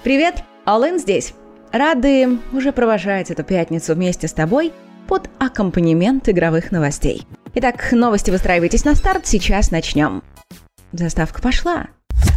Привет, All In здесь. Рады уже провожать эту пятницу вместе с тобой под аккомпанемент игровых новостей. Итак, новости выстраивайтесь на старт, сейчас начнем. Заставка пошла.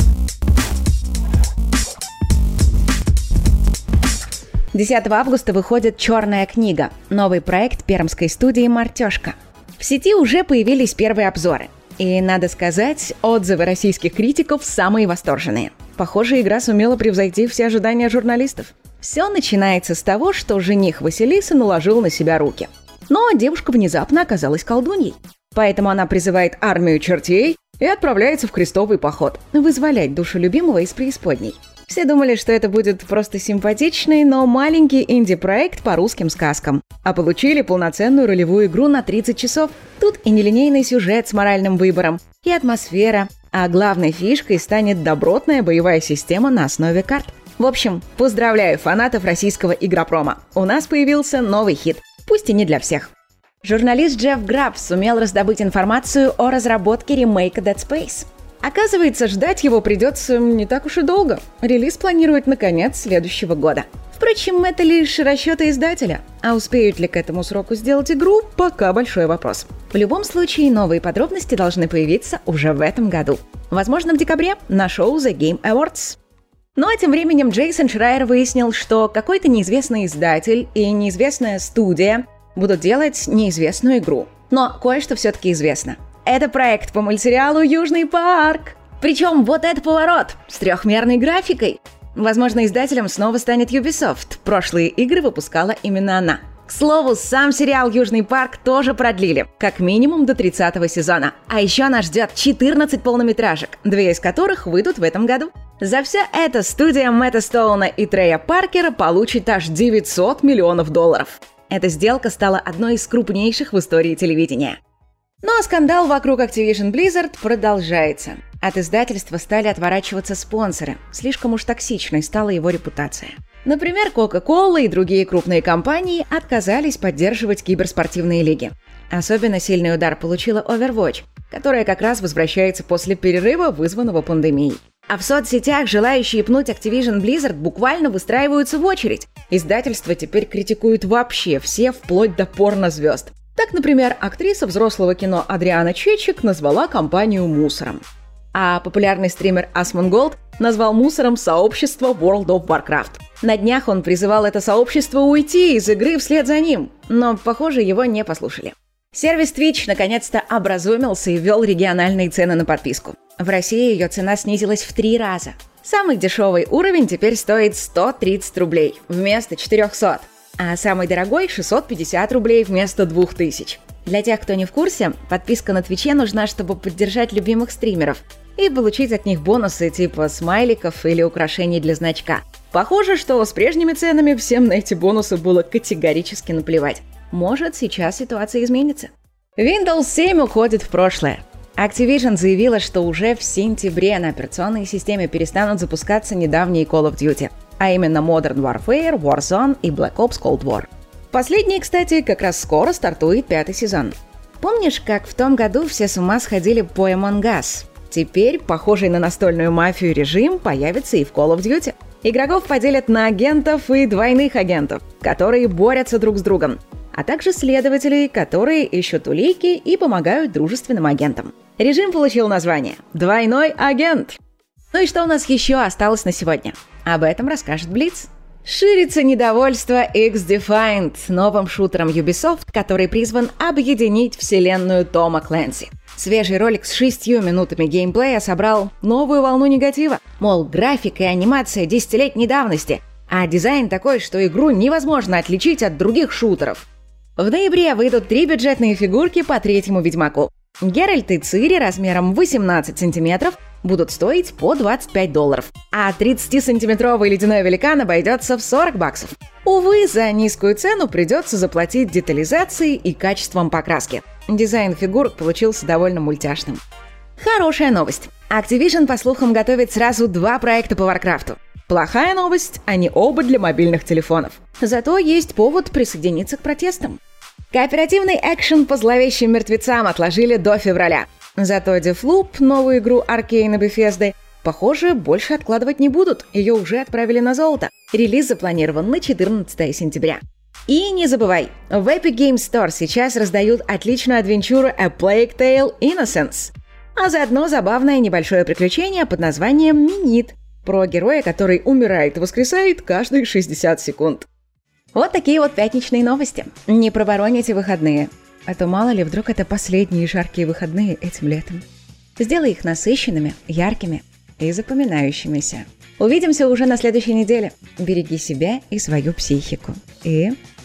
Августа выходит «Черная книга», новый проект пермской студии «Мартёшка». В сети уже появились первые обзоры. И, надо сказать, отзывы российских критиков самые восторженные. Похоже, игра сумела превзойти все ожидания журналистов. Все начинается с того, что жених Василисы наложил на себя руки. Но девушка внезапно оказалась колдуньей. Поэтому она призывает армию чертей и отправляется в крестовый поход вызволять душу любимого из преисподней. Все думали, что это будет просто симпатичный, но маленький инди-проект по русским сказкам. А получили полноценную ролевую игру на 30 часов. Тут и нелинейный сюжет с моральным выбором, и атмосфера. А главной фишкой станет добротная боевая система на основе карт. В общем, поздравляю фанатов российского игропрома. У нас появился новый хит, пусть и не для всех. Журналист Джефф Граф сумел раздобыть информацию о разработке ремейка Dead Space. Оказывается, ждать его придется не так уж и долго. Релиз планируют на конец следующего года. Впрочем, это лишь расчеты издателя. А успеют ли к этому сроку сделать игру, пока большой вопрос. В любом случае, новые подробности должны появиться уже в этом году. Возможно, в декабре на шоу The Game Awards. Ну а тем временем Джейсон Шрайер выяснил, что какой-то неизвестный издатель и неизвестная студия будут делать неизвестную игру. Но кое-что все-таки известно. Это проект по мультсериалу «Южный парк». Причем вот это поворот с трехмерной графикой. Возможно, издателем снова станет Ubisoft. Прошлые игры выпускала именно она. К слову, сам сериал «Южный парк» тоже продлили, как минимум до 30-го сезона. А еще нас ждет 14 полнометражек, 2 из которых выйдут в этом году. За все это студия Мэтта Стоуна и Трея Паркера получит аж $900 миллионов. Эта сделка стала одной из крупнейших в истории телевидения. Ну а скандал вокруг Activision Blizzard продолжается. От издательства стали отворачиваться спонсоры. Слишком уж токсичной стала его репутация. Например, Coca-Cola и другие крупные компании отказались поддерживать киберспортивные лиги. Особенно сильный удар получила Overwatch, которая как раз возвращается после перерыва, вызванного пандемией. А в соцсетях желающие пнуть Activision Blizzard буквально выстраиваются в очередь. Издательство теперь критикуют вообще все, вплоть до порнозвезд. Так, например, актриса взрослого кино Адриана Чечик назвала компанию мусором. А популярный стример Asmongold назвал мусором сообщество World of Warcraft. На днях он призывал это сообщество уйти из игры вслед за ним, но, похоже, его не послушали. Сервис Twitch наконец-то образумился и ввел региональные цены на подписку. В России ее цена снизилась в 3 раза. Самый дешевый уровень теперь стоит 130 рублей вместо 400. А самый дорогой – 650 рублей вместо 2000. Для тех, кто не в курсе, подписка на Твиче нужна, чтобы поддержать любимых стримеров и получить от них бонусы типа смайликов или украшений для значка. Похоже, что с прежними ценами всем на эти бонусы было категорически наплевать. Может, сейчас ситуация изменится. Windows 7 уходит в прошлое. Activision заявила, что уже в сентябре на операционной системе перестанут запускаться недавние Call of Duty. А именно Modern Warfare, Warzone и Black Ops Cold War. Последний, кстати, как раз скоро стартует 5-й сезон. Помнишь, как в том году все с ума сходили по Among Us? Теперь похожий на настольную мафию режим появится и в Call of Duty. Игроков поделят на агентов и двойных агентов, которые борются друг с другом, а также следователей, которые ищут улики и помогают дружественным агентам. Режим получил название «Двойной агент». Ну и что у нас еще осталось на сегодня? Об этом расскажет Блиц. Ширится недовольство X-Defiant, новым шутером Ubisoft, который призван объединить вселенную Тома Клэнси. Свежий ролик с 6 минутами геймплея собрал новую волну негатива. Мол, графика и анимация 10-летней давности, а дизайн такой, что игру невозможно отличить от других шутеров. В ноябре выйдут 3 бюджетные фигурки по 3-му Ведьмаку. Геральт и Цири размером 18 сантиметров будут стоить по $25, а 30-сантиметровый ледяной великан обойдется в $40. Увы, за низкую цену придется заплатить детализацией и качеством покраски. Дизайн фигурок получился довольно мультяшным. Хорошая новость. Activision, по слухам, готовит сразу 2 проекта по Warcraft'у. Плохая новость – они оба для мобильных телефонов. Зато есть повод присоединиться к протестам. Кооперативный экшен по зловещим мертвецам отложили до февраля. Зато Deathloop, новую игру Arcane и Bethesda, Похоже, больше откладывать не будут, ее уже отправили на золото. Релиз запланирован на 14 сентября. И не забывай, в Epic Games Store сейчас раздают отличную адвенчуру A Plague Tale Innocence, а заодно забавное небольшое приключение под названием Минит, про героя, который умирает и воскресает каждые 60 секунд. Вот такие вот пятничные новости. Не пробороните выходные, а то мало ли вдруг это последние жаркие выходные этим летом. Сделай их насыщенными, яркими и запоминающимися. Увидимся уже на следующей неделе. Береги себя и свою психику. И